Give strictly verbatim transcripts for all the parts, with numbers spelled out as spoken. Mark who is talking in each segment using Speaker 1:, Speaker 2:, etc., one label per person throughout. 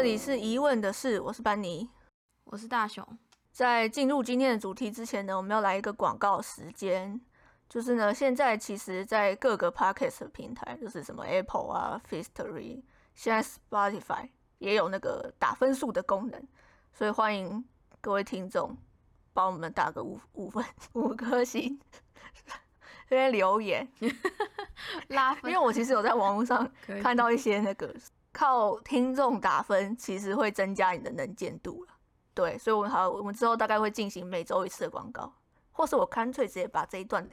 Speaker 1: 里是疑问的事，我是班尼，
Speaker 2: 我是大雄。
Speaker 1: 在进入今天的主题之前呢，我们要来一个广告时间。就是呢，现在其实在各个 podcast 平台，就是什么 Apple 啊 Firstory， 现在 Spotify 也有那个打分数的功能，所以欢迎各位听众帮我们打个五五分五颗星，这边留言
Speaker 2: 拉分。
Speaker 1: 因为我其实有在网络上看到一些那个靠听众打分，其实会增加你的能见度了。对，所以我们好，我们之后大概会进行每周一次的广告。或是我干脆直接把这一段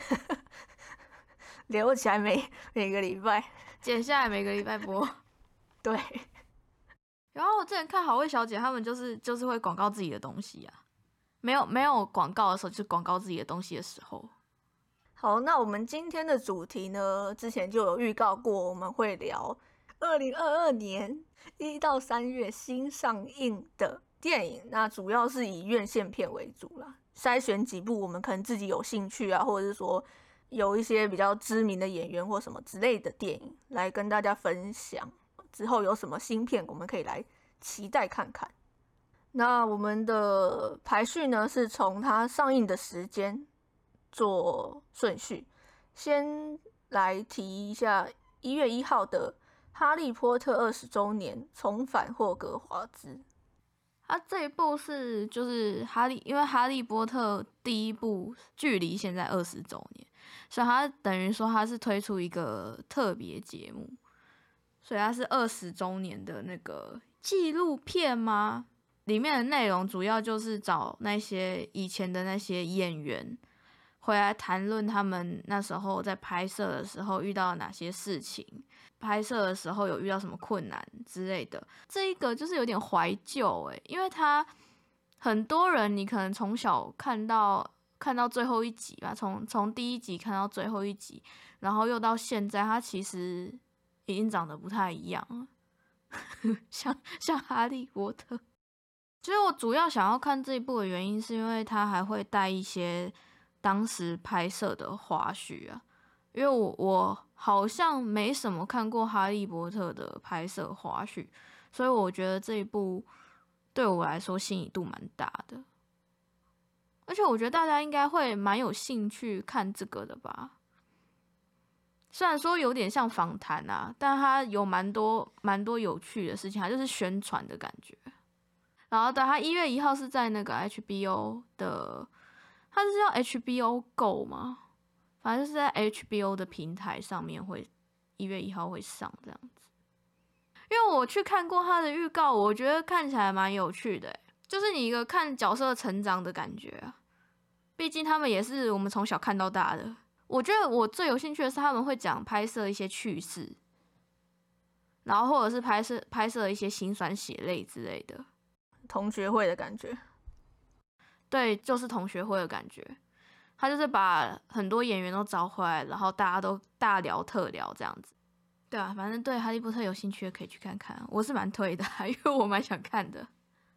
Speaker 1: 留起来每，每个礼拜
Speaker 2: 剪下来，每个礼拜播。
Speaker 1: 对。
Speaker 2: 然后我之前看好味小姐，他们就是就是会广告自己的东西啊，没有没有广告的时候，就是广告自己的东西的时候。
Speaker 1: 好，那我们今天的主题呢，之前就有预告过，我们会聊二零二二年一到三月新上映的电影，那主要是以院线片为主啦。筛选几部我们可能自己有兴趣啊，或者是说有一些比较知名的演员或什么之类的电影来跟大家分享。之后有什么新片我们可以来期待看看。那我们的排序呢，是从它上映的时间做顺序。先来提一下一月一号的哈利波特二十周年重返霍格华兹。
Speaker 2: 它这一部是就是哈利，因为哈利波特第一部距离现在二十周年，所以它等于说它是推出一个特别节目，所以它是二十周年的那个纪录片吗？里面的内容主要就是找那些以前的那些演员回来谈论他们那时候在拍摄的时候遇到哪些事情，拍摄的时候有遇到什么困难之类的。这一个就是有点怀旧诶，因为他很多人你可能从小看到看到最后一集吧，从从第一集看到最后一集，然后又到现在，他其实已经长得不太一样了，像像哈利波特。其实我主要想要看这一部的原因，是因为他还会带一些当时拍摄的花絮啊，因为我我好像没什么看过哈利波特的拍摄花絮，所以我觉得这一部对我来说吸引度蛮大的，而且我觉得大家应该会蛮有兴趣看这个的吧。虽然说有点像访谈啊，但它有蛮多蛮多有趣的事情，它就是宣传的感觉。然后等它一月一号是在那个 H B O 的。它是叫 H B O Go 吗？反正就是在 H B O 的平台上面会一月一号会上这样子。因为我去看过它的预告，我觉得看起来蛮有趣的，就是你一个看角色成长的感觉啊。毕竟他们也是我们从小看到大的。我觉得我最有兴趣的是他们会讲拍摄一些趣事，然后或者是拍摄拍摄一些辛酸血泪之类的，
Speaker 1: 同学会的感觉。
Speaker 2: 对，就是同学会的感觉。他就是把很多演员都找回来，然后大家都大聊特聊这样子。对啊，反正对哈利波特有兴趣的可以去看看，我是蛮推的，因为我蛮想看的。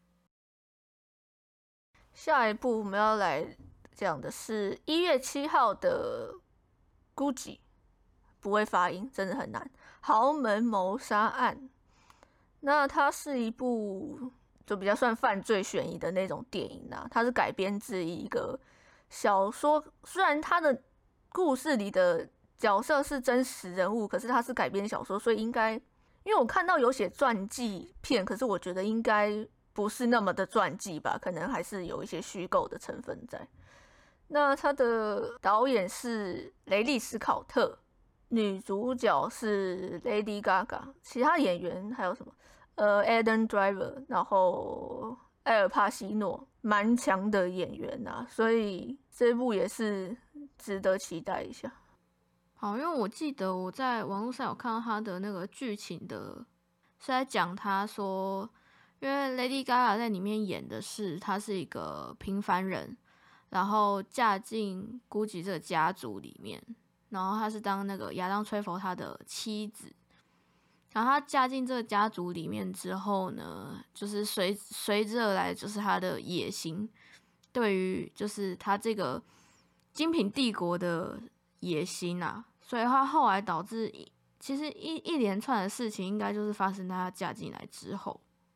Speaker 1: 下一部我们要来讲的是一月七号的 Gucci， 不会发音，真的很难。豪门谋杀案。那它是一部就比较算犯罪悬疑的那种电影啊，它是改编自一个小说，虽然它的故事里的角色是真实人物，可是它是改编小说，所以应该，因为我看到有写传记片，可是我觉得应该不是那么的传记吧，可能还是有一些虚构的成分在。那它的导演是雷利斯考特，女主角是 Lady Gaga， 其他演员还有什么？呃 ，Adam Driver， 然后埃尔帕西诺，蛮强的演员啊，所以这部也是值得期待一下。
Speaker 2: 好，因为我记得我在网络上有看到他的那个剧情的，是在讲他说，因为 Lady Gaga 在里面演的是她是一个平凡人，然后嫁进 Gucci 这个家族里面，然后她是当那个亚当崔佛他的妻子。然后她嫁进这个家族里面之后呢，就是随随之而来就是她的野心，对于就是她这个精品帝国的野心啊，所以她后来导致其实一一连串的事情，应该就是发生在她嫁进来之后。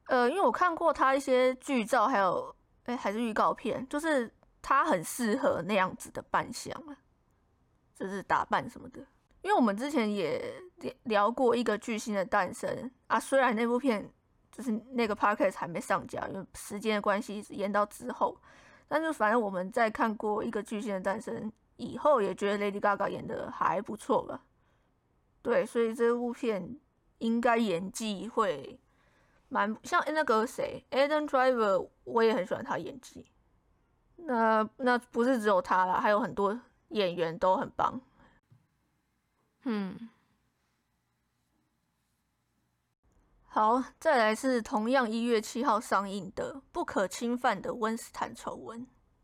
Speaker 1: 呃，因为我看过他一些剧照，还有哎、还是预告片，就是他很适合那样子的扮相啊，就是打扮什么的。因为我们之前也聊过一个巨星的诞生啊，虽然那部片就是那个 podcast 还没上架，因为时间的关系延到之后，但是反正我们在看过一个巨星的诞生以后，也觉得 Lady Gaga 演的还不错吧。对，所以这部片应该演技会蛮像那个谁 Adam Driver，我也很喜欢他演技。那那不是只有他啦，还有很多演员都很棒。
Speaker 2: 嗯，
Speaker 1: 好，再来是同样一月七号上映的《不可侵犯的温斯坦丑闻》。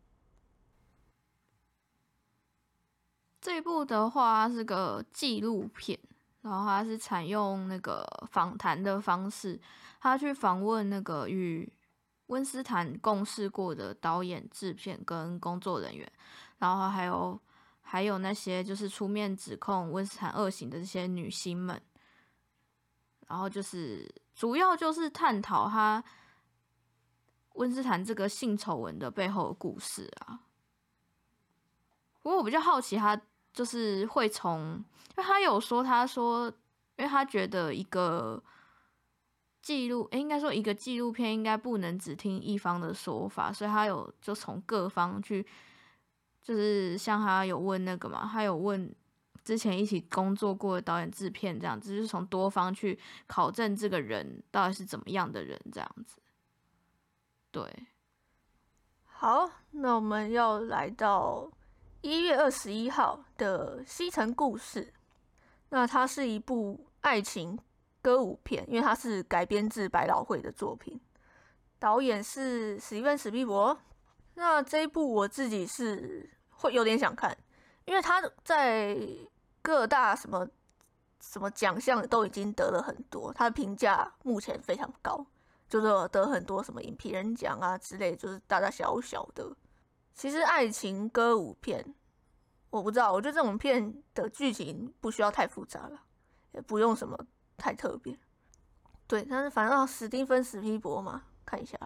Speaker 2: 这一部的话它是个纪录片，然后它是采用那个访谈的方式，他去访问那个与温斯坦共事过的导演、制片跟工作人员，然后还有还有那些就是出面指控温斯坦恶行的这些女星们，然后就是主要就是探讨他温斯坦这个性丑闻的背后的故事啊。不过我比较好奇，他就是会从，因为他有说，他说，因为他觉得一个记录，应该说一个纪录片应该不能只听一方的说法，所以他有就从各方去，就是像他有问那个嘛，他有问之前一起工作过的导演、制片这样子，就是从多方去考证这个人到底是怎么样的人这样子。对，
Speaker 1: 好，那我们要来到一月二十一号的《西城故事》。那它是一部爱情歌舞片，因为它是改编自百老汇的作品，导演是史蒂芬·史匹柏。那这一部我自己是会有点想看，因为他在各大什么什么奖项都已经得了很多，他的评价目前非常高，就是有得很多什么影评人奖啊之类，就是大大小小的。其实爱情歌舞片，我不知道，我觉得这种片的剧情不需要太复杂了，也不用什么太特别。对，但是反正史蒂芬·史匹柏嘛，看一下。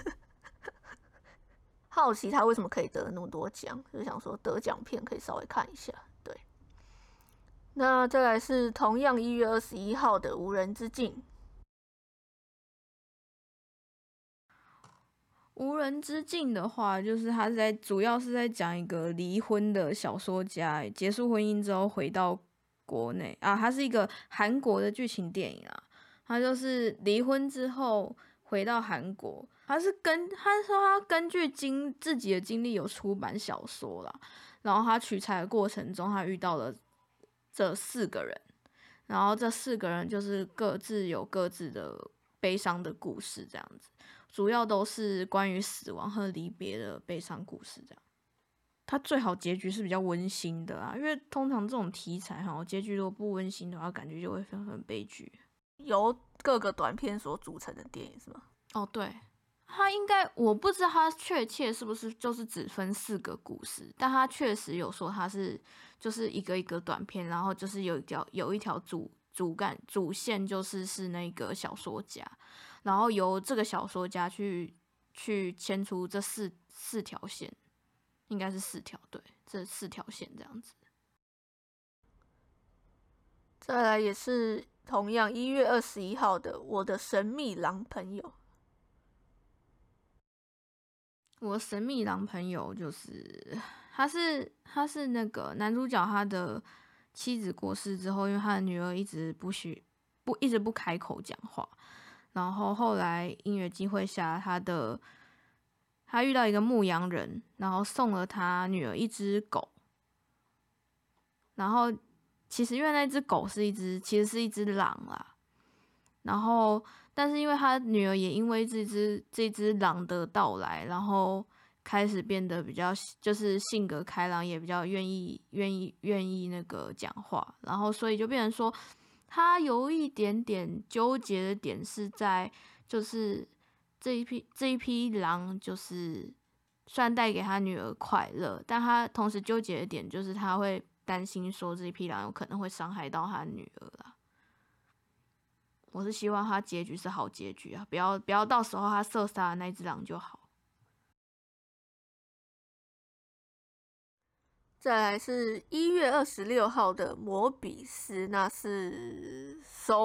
Speaker 1: 好奇他为什么可以得那么多奖，就想说得奖片可以稍微看一下。对，那再来是同样一月二十一号的《无人之境》。
Speaker 2: 无人之境的话，就是他是在主要是在讲一个离婚的小说家结束婚姻之后回到国内啊，它是一个韩国的剧情电影啊。他就是离婚之后回到韩国，他是跟他说他根据经自己的经历有出版小说啦，然后他取材的过程中，他遇到了这四个人，然后这四个人就是各自有各自的悲伤的故事，这样子。主要都是关于死亡和离别的悲伤故事，这样。它最好结局是比较温馨的啊，因为通常这种题材哈，结局如果不温馨的话，感觉就会很很悲剧。
Speaker 1: 由各个短片所组成的电影是吗？
Speaker 2: 哦，对，它应该我不知道它确切是不是就是只分四个故事，但它确实有说它是就是一个一个短片，然后就是有一条有一条主主干主线就是是那个小说家。然后由这个小说家去去牵出这四四条线，应该是四条，对，这四条线这样子。
Speaker 1: 再来也是同样一月二十一号的《我的神秘狼朋友》。
Speaker 2: 我的神秘狼朋友就是他是他是那个男主角，他的妻子过世之后，因为他的女儿一直不许不一直不开口讲话。然后后来因缘机会下，他的他遇到一个牧羊人，然后送了他女儿一只狗。然后其实因为那只狗是一只，其实是一只狼啦。然后但是因为他女儿也因为这只这只狼的到来，然后开始变得比较就是性格开朗，也比较愿意愿意愿意那个讲话。然后所以就变成说。他有一点点纠结的点是在，就是这一批这一批狼，就是虽然带给他女儿快乐，但他同时纠结的点就是他会担心说这一批狼有可能会伤害到他女儿啦。 我是希望他结局是好结局啊，不要不要到时候他射杀的那只狼就好。
Speaker 1: 再来是一月二十六号的摩比斯，那是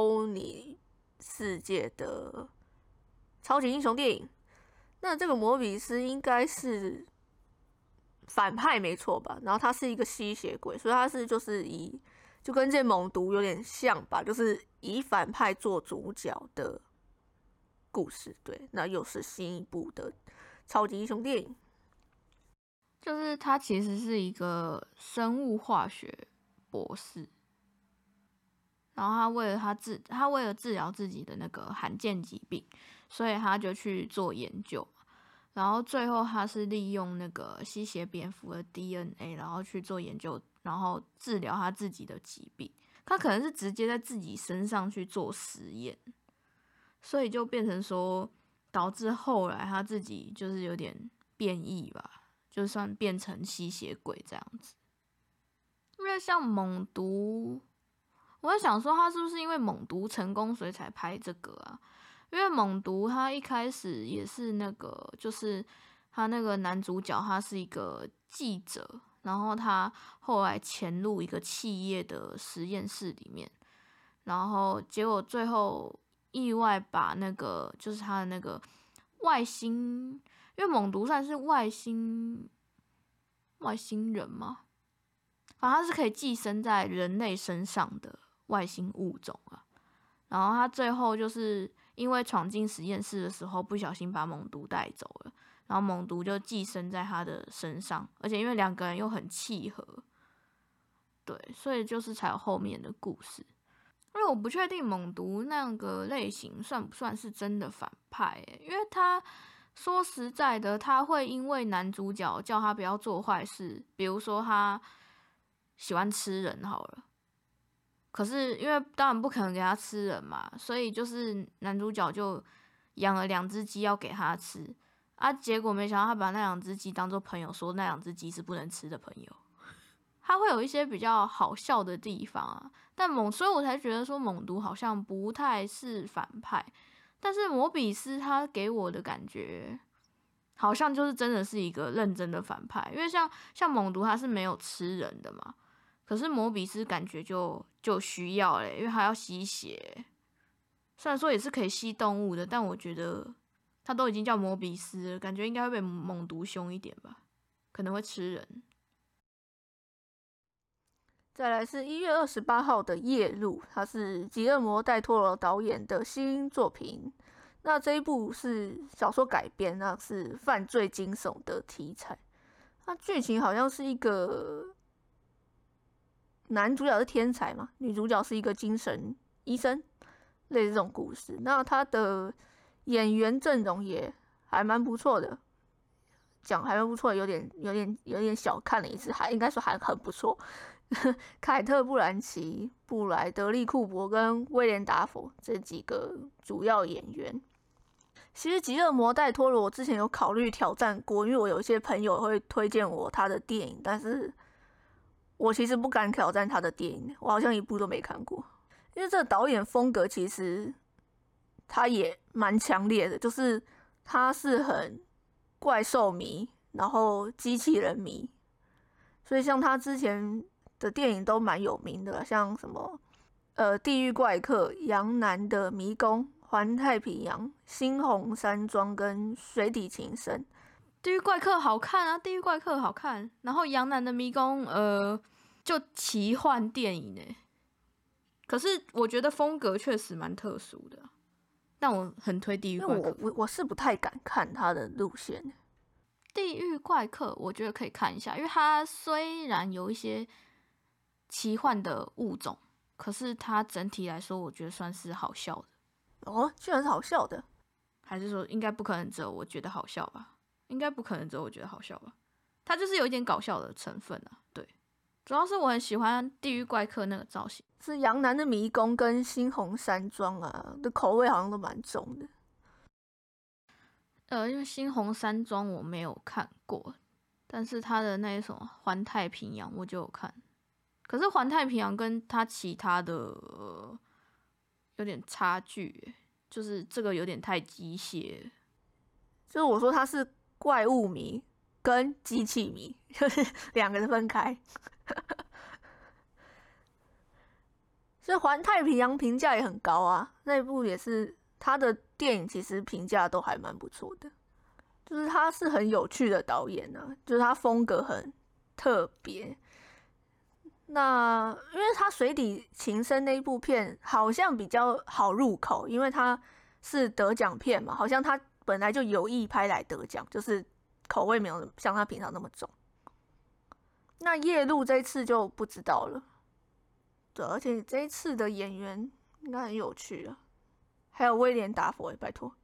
Speaker 1: Sony 世界的超级英雄电影。那这个摩比斯应该是反派没错吧？然后他是一个吸血鬼，所以他是就是以就跟这猛毒有点像吧，就是以反派做主角的故事。对，那又是新一部的超级英雄电影。
Speaker 2: 就是他其实是一个生物化学博士，然后他为了他治他为了治疗自己的那个罕见疾病，所以他就去做研究，然后最后他是利用那个吸血蝙蝠的 D N A， 然后去做研究，然后治疗他自己的疾病。他可能是直接在自己身上去做实验，所以就变成说导致后来他自己就是有点变异吧。就算变成吸血鬼这样子，因为像猛毒，我在想说他是不是因为猛毒成功，所以才拍这个啊？因为猛毒他一开始也是那个，就是他那个男主角他是一个记者，然后他后来潜入一个企业的实验室里面，然后结果最后意外把那个就是他的那个外星。因为猛毒算是外星外星人嘛，反正它是可以寄生在人类身上的外星物种啊。然后他最后就是因为闯进实验室的时候不小心把猛毒带走了，然后猛毒就寄生在他的身上，而且因为两个人又很契合，对，所以就是才有后面的故事。因为我不确定猛毒那个类型算不算是真的反派、欸，因为他。说实在的，他会因为男主角叫他不要做坏事，比如说他喜欢吃人好了，可是因为当然不可能给他吃人嘛，所以就是男主角就养了两只鸡要给他吃啊，结果没想到他把那两只鸡当做朋友，说那两只鸡是不能吃的朋友。他会有一些比较好笑的地方啊，但猛，所以我才觉得说猛毒好像不太是反派。但是摩比斯他给我的感觉，好像就是真的是一个认真的反派，因为像像猛毒他是没有吃人的嘛，可是摩比斯感觉就就需要嘞，因为他要吸血，虽然说也是可以吸动物的，但我觉得他都已经叫摩比斯了，感觉应该会比猛毒凶一点吧，可能会吃人。
Speaker 1: 再来是一月二十八号的夜路，它是吉勒摩·戴托罗导演的新作品。那这一部是小说改编，那是犯罪惊悚的题材。那剧情好像是一个男主角是天才嘛，女主角是一个精神医生，类似这种故事。那他的演员阵容也还蛮不错的，讲还蛮不错，有点有点有点小看了一次，还应该说还很不错。凯特·布兰奇、布莱德利·库珀跟威廉·达佛这几个主要演员。其实吉勒摩·戴托罗我之前有考虑挑战过，因为我有一些朋友会推荐我他的电影，但是我其实不敢挑战他的电影，我好像一部都没看过。因为这个导演风格其实他也蛮强烈的，就是他是很怪兽迷，然后机器人迷，所以像他之前的电影都蛮有名的，像什么呃《地狱怪客》、《杨楠的迷宫》、《环太平洋》、《猩红山庄》跟《水底情深》。
Speaker 2: 地狱怪客好看啊，地狱怪客好看。然后杨楠的迷宫，呃，就奇幻电影呢。可是我觉得风格确实蛮特殊的，但我很推地狱怪客。
Speaker 1: 我我我是不太敢看他的路线。
Speaker 2: 地狱怪客我觉得可以看一下，因为它虽然有一些奇幻的物种，可是它整体来说，我觉得算是好笑的。
Speaker 1: 哦，居然是好笑的？
Speaker 2: 还是说应该不可能只有我觉得好笑吧？应该不可能只有我觉得好笑吧？它就是有一点搞笑的成分啊。对，主要是我很喜欢地狱怪客那个造型。
Speaker 1: 是杨楠的迷宫跟猩红山庄啊的口味好像都蛮重的。
Speaker 2: 呃，因为猩红山庄我没有看过，但是它的那一种环太平洋我就有看。可是环太平洋跟它其他的、呃、 有点差距，就是这个有点太机械了。
Speaker 1: 就是我说他是怪物迷跟机器迷，就是两个人分开。所以环太平洋评价也很高啊，那一部也是他的电影，其实评价都还蛮不错的。就是他是很有趣的导演啊，就是他风格很特别。那因为他水底情深那一部片好像比较好入口，因为他是得奖片嘛，好像他本来就有意拍来得奖，就是口味没有像他平常那么重。那夜路这一次就不知道了。对，而且这一次的演员应该很有趣啊，还有威廉达佛耶，拜托。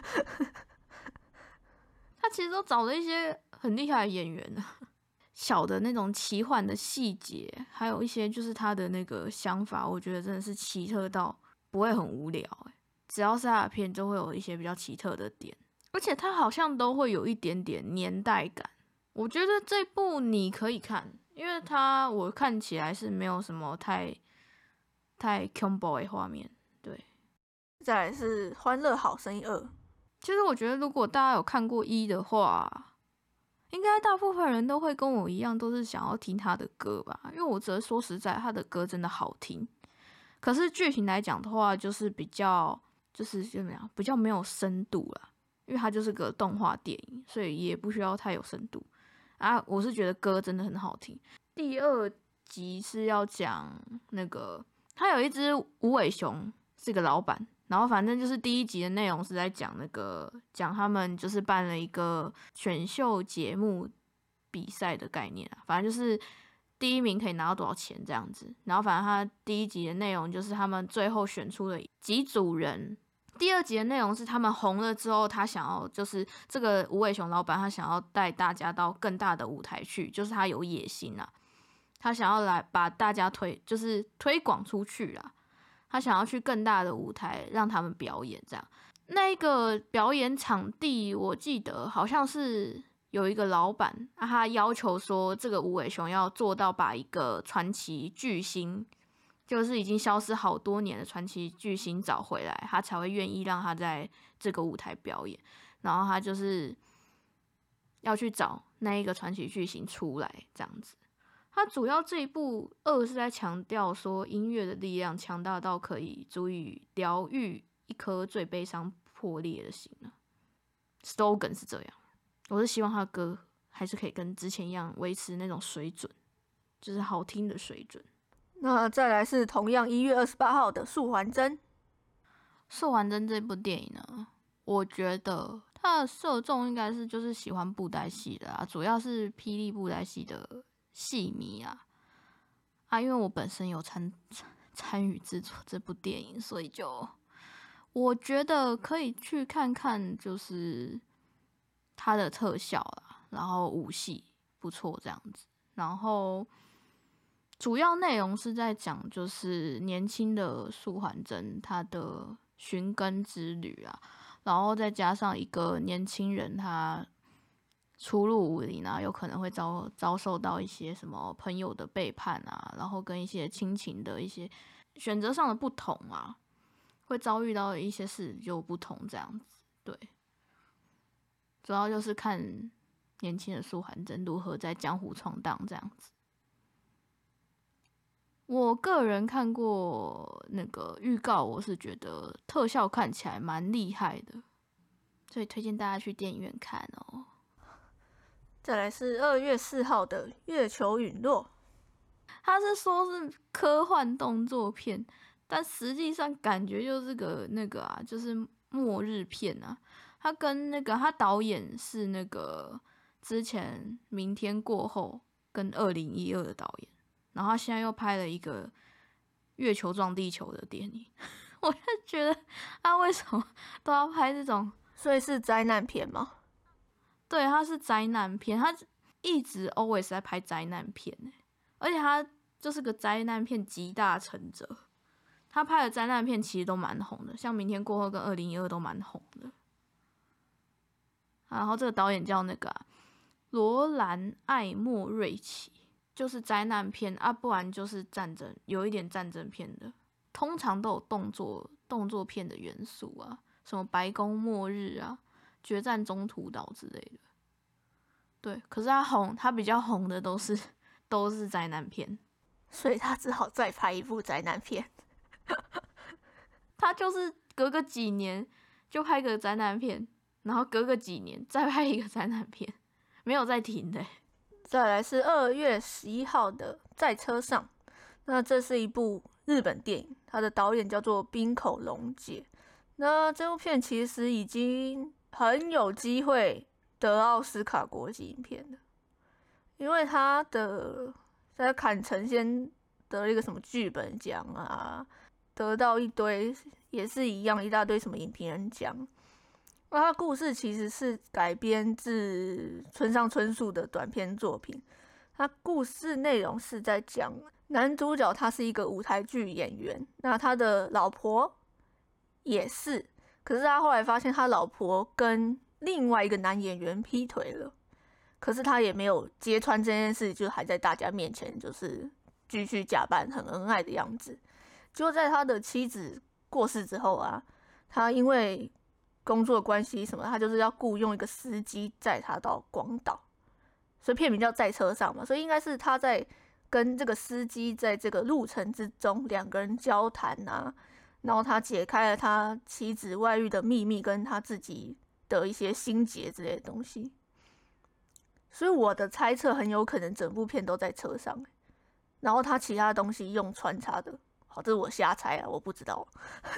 Speaker 2: 他其实都找了一些很厉害的演员啊，小的那种奇幻的细节，还有一些就是他的那个想法，我觉得真的是奇特到不会很无聊欸。只要是他的片，就会有一些比较奇特的点，而且他好像都会有一点点年代感。我觉得这部你可以看，因为它我看起来是没有什么太太恐怖的画面。对，
Speaker 1: 再来是《欢乐好声音二》。
Speaker 2: 其实我觉得，如果大家有看过一的话，应该大部分人都会跟我一样，都是想要听他的歌吧。因为我只是说实在，他的歌真的好听。可是剧情来讲的话，就是比较就是怎么样，比较没有深度啦。因为它就是个动画电影，所以也不需要太有深度啊。我是觉得歌真的很好听。第二集是要讲那个，他有一只无尾熊，是个老板。然后反正就是第一集的内容是在讲那个讲他们就是办了一个选秀节目比赛的概念啊，反正就是第一名可以拿到多少钱这样子。然后反正他第一集的内容就是他们最后选出了几组人。第二集的内容是他们红了之后，他想要就是这个无尾熊老板他想要带大家到更大的舞台去，就是他有野心啊，他想要来把大家推就是推广出去啊。他想要去更大的舞台让他们表演，这样。那个表演场地，我记得好像是有一个老板，啊、他要求说，这个无尾熊要做到把一个传奇巨星，就是已经消失好多年的传奇巨星找回来，他才会愿意让他在这个舞台表演。然后他就是要去找那一个传奇巨星出来，这样子。他主要这一部二是在强调说，音乐的力量强大到可以足以疗愈一颗最悲伤破裂的心啊。slogan 是这样，我是希望他的歌还是可以跟之前一样维持那种水准，就是好听的水准。
Speaker 1: 那再来是同样一月二十八号的《素还真》。《
Speaker 2: 素还真》这部电影呢，我觉得它的受众应该是就是喜欢布袋戏的啊，主要是霹雳布袋戏的戏迷啊，啊，因为我本身有参参与制作这部电影，所以就我觉得可以去看看，就是它的特效啦，然后武戏不错这样子，然后主要内容是在讲就是年轻的素还真他的寻根之旅啊，然后再加上一个年轻人他初入武林啊，有可能会遭遭受到一些什么朋友的背叛啊，然后跟一些亲情的一些选择上的不同啊，会遭遇到一些事就不同这样子。对，主要就是看年轻的素还真如何在江湖闯荡这样子。我个人看过那个预告，我是觉得特效看起来蛮厉害的，所以推荐大家去电影院看哦。
Speaker 1: 再来是二月四号的《月球陨落》，
Speaker 2: 他是说是科幻动作片，但实际上感觉就是个那个啊，就是末日片啊。他跟那个他导演是那个之前《明天过后》跟二零一二的导演，然后他现在又拍了一个月球撞地球的电影，我就觉得他为什么都要拍这种？
Speaker 1: 所以是灾难片吗？
Speaker 2: 对，他是灾难片，他一直 always 在拍灾难片，而且他就是个灾难片集大成者。他拍的灾难片其实都蛮红的，像《明天过后》跟二零一二都蛮红的。然后这个导演叫那个、啊、罗兰艾莫瑞奇，就是灾难片啊，不然就是战争，有一点战争片的。 通常都有动作动作片的元素啊，什么白宫末日啊、决战中途岛之类的。对，可是他红，他比较红的都是都是灾难片，
Speaker 1: 所以他只好再拍一部灾难片。
Speaker 2: 他就是隔个几年就拍个灾难片，然后隔个几年再拍一个灾难片，没有再停的、欸。
Speaker 1: 再来是二月十一号的《在车上》，那这是一部日本电影，它的导演叫做滨口龙介。那这部片其实已经很有机会得奥斯卡国际影片的，因为他的在坎城先得了一个什么剧本奖啊，得到一堆也是一样一大堆什么影评人奖。那他故事其实是改编自村上春树的短篇作品，他故事内容是在讲男主角他是一个舞台剧演员，那他的老婆也是，可是他后来发现他老婆跟另外一个男演员劈腿了，可是他也没有揭穿这件事，就还在大家面前就是继续假扮很恩爱的样子。就在他的妻子过世之后啊，他因为工作关系什么，他就是要雇佣一个司机载他到广岛，所以片名叫《在车上》嘛，所以应该是他在跟这个司机在这个路程之中，两个人交谈啊，然后他解开了他妻子外遇的秘密，跟他自己的一些心结之类的东西。所以我的猜测很有可能整部片都在车上，然后他其他东西用穿插的。好，这是我瞎猜啊，我不知道。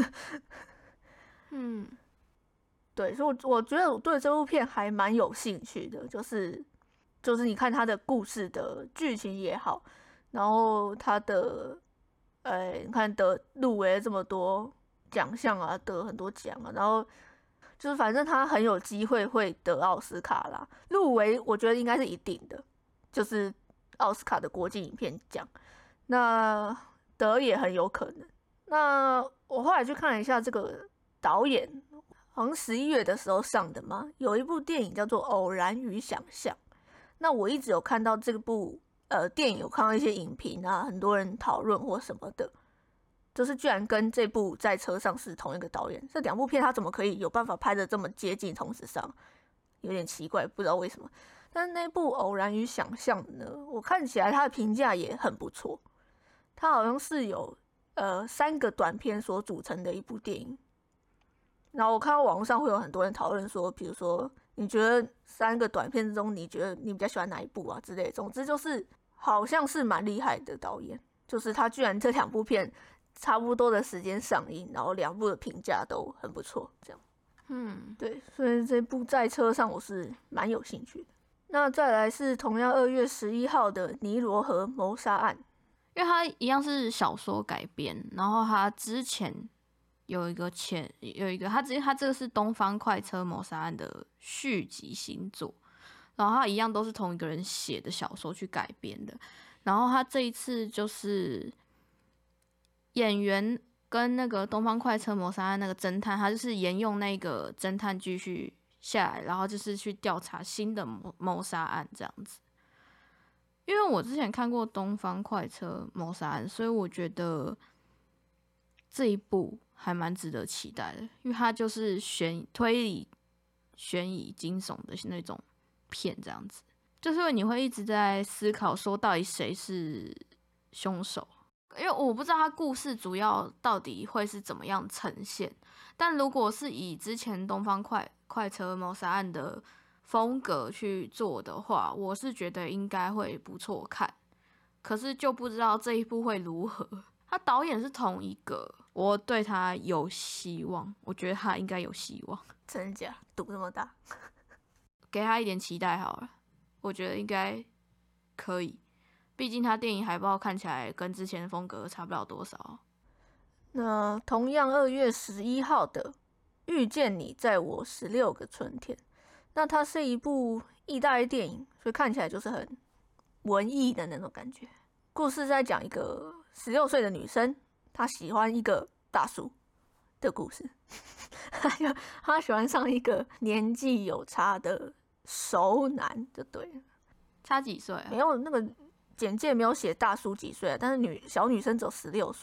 Speaker 2: 嗯，
Speaker 1: 对，所以我我觉得我对这部片还蛮有兴趣的，就是就是你看他的故事的剧情也好，然后他的呃，你看得入围了这么多奖项啊，得很多奖啊，然后就是反正他很有机会会得奥斯卡啦，入围我觉得应该是一定的，就是奥斯卡的国际影片奖，那得也很有可能。那我后来去看了一下这个导演，好像十一月的时候上的嘛，有一部电影叫做《偶然与想象》。那我一直有看到这部呃电影，有看到一些影评啊，很多人讨论或什么的，就是居然跟这部《在车上》是同一个导演，这两部片他怎么可以有办法拍得这么接近，同时上，有点奇怪，不知道为什么。但是那部《偶然与想象》呢，我看起来他的评价也很不错，他好像是有呃三个短片所组成的一部电影。然后我看到网络上会有很多人讨论说，比如说你觉得三个短片之中，你觉得你比较喜欢哪一部啊之类的。总之就是好像是蛮厉害的导演，就是他居然这两部片差不多的时间上映，然后两部的评价都很不错，这样。
Speaker 2: 嗯，
Speaker 1: 对，所以这部在车上我是蛮有兴趣的。那再来是同样二月十一号的尼罗河谋杀案，
Speaker 2: 因为它一样是小说改编，然后它之前有一个前有一个，它直接它这个是《东方快车谋杀案》的续集新作，然后它一样都是同一个人写的小说去改编的，然后他这一次就是演员跟那个《东方快车谋杀案》那个侦探，他就是沿用那个侦探继续下来，然后就是去调查新的谋谋杀案这样子。因为我之前看过《东方快车谋杀案》，所以我觉得这一部还蛮值得期待的，因为它就是悬推理、悬疑、惊悚的那种片，这样子，就是你会一直在思考说到底谁是凶手，因为我不知道它故事主要到底会是怎么样呈现。但如果是以之前《东方快快车谋杀案》的风格去做的话，我是觉得应该会不错看，可是就不知道这一部会如何。他导演是同一个，我对他有希望，我觉得他应该有希望。
Speaker 1: 真的假？赌这么大？
Speaker 2: 给他一点期待好了，我觉得应该可以。毕竟他电影海报看起来跟之前的风格差不了多少。
Speaker 1: 那同样二月十一号的《遇见你在我十六个春天》，那它是一部意大利电影，所以看起来就是很文艺的那种感觉。故事在讲一个十六岁的女生，她喜欢一个大叔的故事。她喜欢上一个年纪有差的熟男，就对了。
Speaker 2: 差几岁啊？
Speaker 1: 没有，那个简介没有写大叔几岁啊，但是女小女生只有十六岁啊。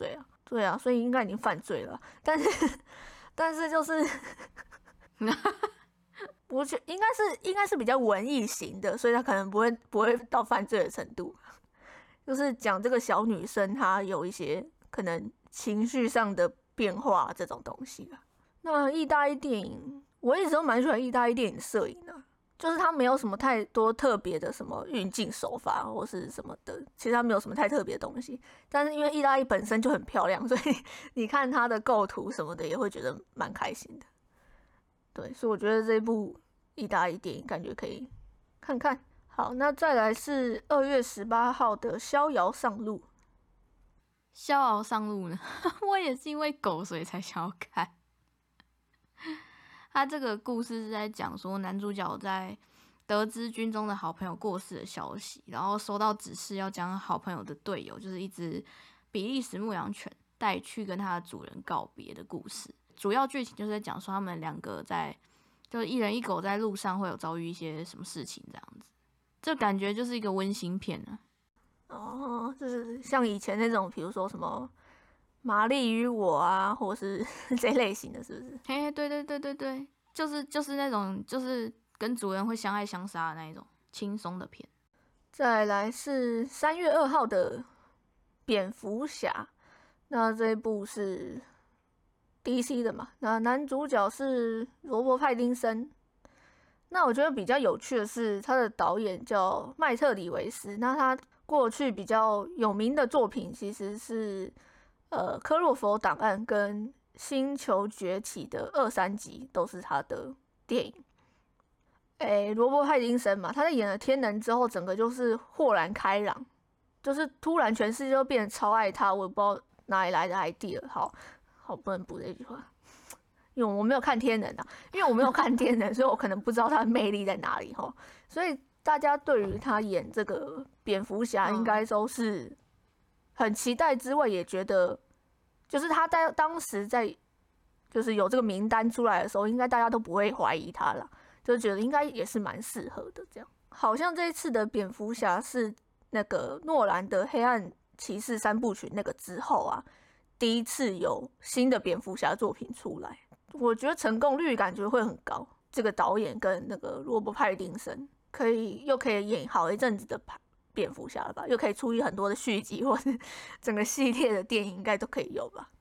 Speaker 1: 对啊，所以应该已经犯罪了，但是但是就是我觉应该是应该是比较文艺型的，所以他可能不会不会到犯罪的程度，就是讲这个小女生她有一些可能情绪上的变化这种东西啊。那意大利电影我一直都蛮喜欢意大利电影摄影的，就是它没有什么太多特别的什么运镜手法或是什么的，其实它没有什么太特别的东西，但是因为意大利本身就很漂亮，所以你看它的构图什么的也会觉得蛮开心的。对，所以我觉得这部意大利电影感觉可以看看。好，那再来是二月十八号的《逍遥上路》。
Speaker 2: 逍遥上路呢，我也是因为狗所以才想要看。他这个故事是在讲说，男主角在得知军中的好朋友过世的消息，然后收到指示要将好朋友的队友，就是一只比利时牧羊犬，带去跟他的主人告别的故事。主要剧情就是在讲说他们两个在，就是一人一狗在路上会有遭遇一些什么事情这样子，这感觉就是一个温馨片啊。
Speaker 1: 哦，就是像以前那种，比如说什么玛丽与我啊，或是这类型的，是不是？
Speaker 2: 嘿，对对对对对，就是就是那种就是跟主人会相爱相杀的那一种轻松的片。
Speaker 1: 再来是三月二号的蝙蝠侠，那这一部是 D C 的嘛？那男主角是罗伯·派丁森。那我觉得比较有趣的是，他的导演叫麦特里维斯。那他过去比较有名的作品其实是呃《科洛佛档案》跟《星球崛起》的二三集都是他的电影。诶，罗伯·派丁森嘛，他在演了《天能》之后，整个就是豁然开朗，就是突然全世界都变得超爱他。我也不知道哪里来的 idea。好好，不能补这句话，因为我没有看《天能》啊，因为我没有看《天能》，所以我可能不知道他的魅力在哪里哈。所以大家对于他演这个蝙蝠侠，应该都是很期待之外，也觉得就是他在当时在就是有这个名单出来的时候，应该大家都不会怀疑他啦。就觉得应该也是蛮适合的，这样。好像这一次的蝙蝠侠是那个诺兰的《黑暗骑士》三部曲那个之后啊，第一次有新的蝙蝠侠作品出来，我觉得成功率感觉会很高。这个导演跟那个罗伯·派丁森可以又可以演好一阵子的蝙蝠侠了吧，又可以出很多的续集，或是整个系列的电影应该都可以有吧。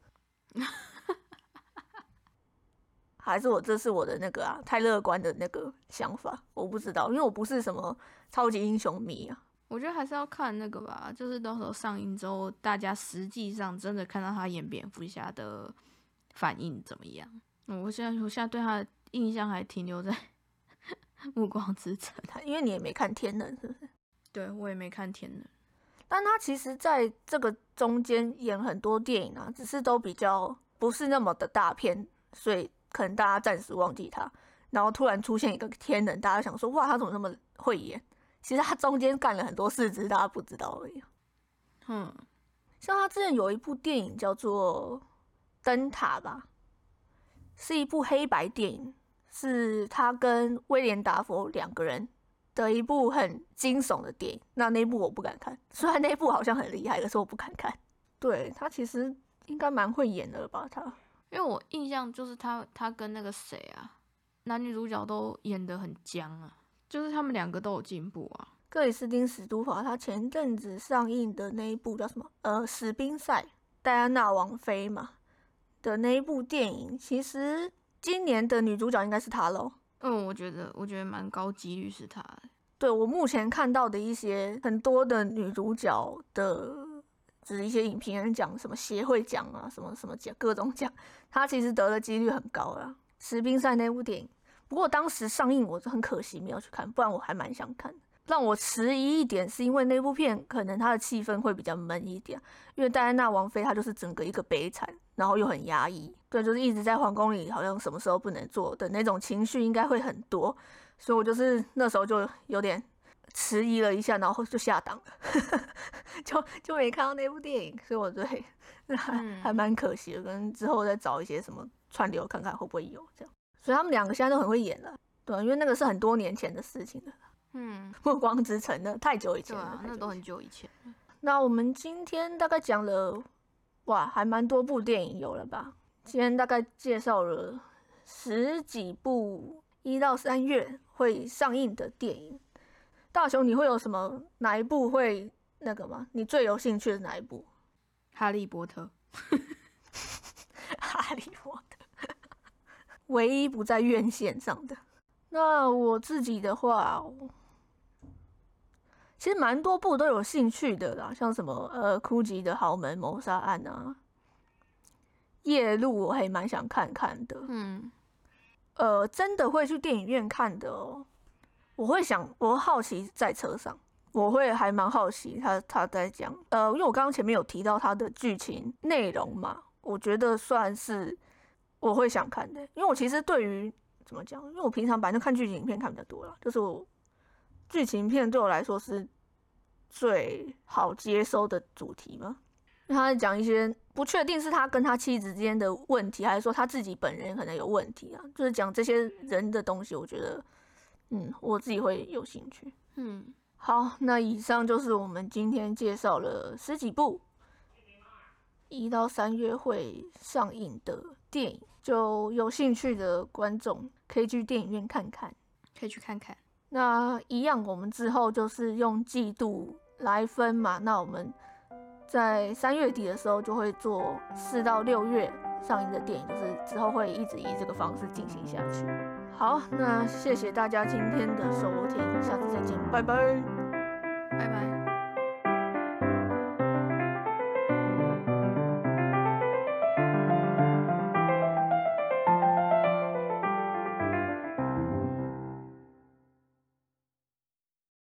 Speaker 1: 还是我这是我的那个啊，太乐观的那个想法，我不知道，因为我不是什么超级英雄迷啊。
Speaker 2: 我觉得还是要看那个吧，就是到时候上映之后，大家实际上真的看到他演蝙蝠侠的反应怎么样。我现在我现在对他的印象还停留在暮光之城，
Speaker 1: 因为你也没看天能，是不是？
Speaker 2: 对，我也没看天能。
Speaker 1: 但他其实在这个中间演很多电影啊，只是都比较不是那么的大片，所以可能大家暂时忘记他，然后突然出现一个天能，大家想说哇，他怎么那么会演？其实他中间干了很多事，只是大家不知道而已。
Speaker 2: 嗯，
Speaker 1: 像他之前有一部电影叫做《灯塔》吧，是一部黑白电影，是他跟威廉达佛两个人的一部很惊悚的电影。那那部我不敢看，虽然那部好像很厉害，可是我不敢看。对，他其实应该蛮会演的了吧？他。
Speaker 2: 因为我印象就是他，他跟那个谁啊，男女主角都演得很僵啊，就是他们两个都有进步啊。
Speaker 1: 克里斯汀·史都华他前阵子上映的那一部叫什么？呃，《史宾赛》戴安娜王妃嘛的那一部电影，其实今年的女主角应该是她咯。
Speaker 2: 嗯，我觉得我觉得蛮高几率是她的。
Speaker 1: 对，我目前看到的一些很多的女主角的。就是一些影评人讲什么协会奖啊，什么什么奖，各种奖，他其实得的几率很高啦。史宾赛那部电影，不过当时上映我很可惜没有去看，不然我还蛮想看的。让我迟疑一点是因为那部片可能它的气氛会比较闷一点，因为戴安娜王妃她就是整个一个悲惨，然后又很压抑，对，就是一直在皇宫里好像什么时候不能做的那种情绪应该会很多，所以我就是那时候就有点迟疑了一下，然后就下档了就就没看到那部电影，所以我对还还蛮可惜的，跟之后再找一些什么串流看看会不会有这样。所以他们两个现在都很会演了，对，因为那个是很多年前的事情了。嗯，暮光之城的太久以前了，
Speaker 2: 对啊，那都很久以前了。
Speaker 1: 那我们今天大概讲了， 哇，还蛮多部电影有了吧？今天大概介绍了十几部一到三月会上映的电影。大雄，你会有什么哪一部会那个吗？你最有兴趣的哪一部？
Speaker 2: 哈利波特。
Speaker 1: 哈利波特，唯一不在院线上的。那我自己的话，其实蛮多部都有兴趣的啦，像什么呃哭吉的豪门谋杀案啊，夜路我还蛮想看看的。
Speaker 2: 嗯，
Speaker 1: 呃，真的会去电影院看的哦。我会想，我好奇在车上，我会还蛮好奇他他在讲，呃，因为我刚刚前面有提到他的剧情内容嘛，我觉得算是我会想看的，因为我其实对于怎么讲，因为我平常本来就看剧情片看比较多啦，就是我剧情片对我来说是最好接收的主题嘛，因为他在讲一些不确定是他跟他妻子之间的问题，还是说他自己本人可能有问题啊，就是讲这些人的东西，我觉得。嗯，我自己会有兴趣。
Speaker 2: 嗯，
Speaker 1: 好，那以上就是我们今天介绍了十几部一到三月会上映的电影，就有兴趣的观众可以去电影院看看，
Speaker 2: 可以去看看。
Speaker 1: 那一样，我们之后就是用季度来分嘛。那我们在三月底的时候就会做四到六月上映的电影，就是之后会一直以这个方式进行下去。好，那谢谢大家今天的收听，下次再见，拜拜，
Speaker 2: 拜拜。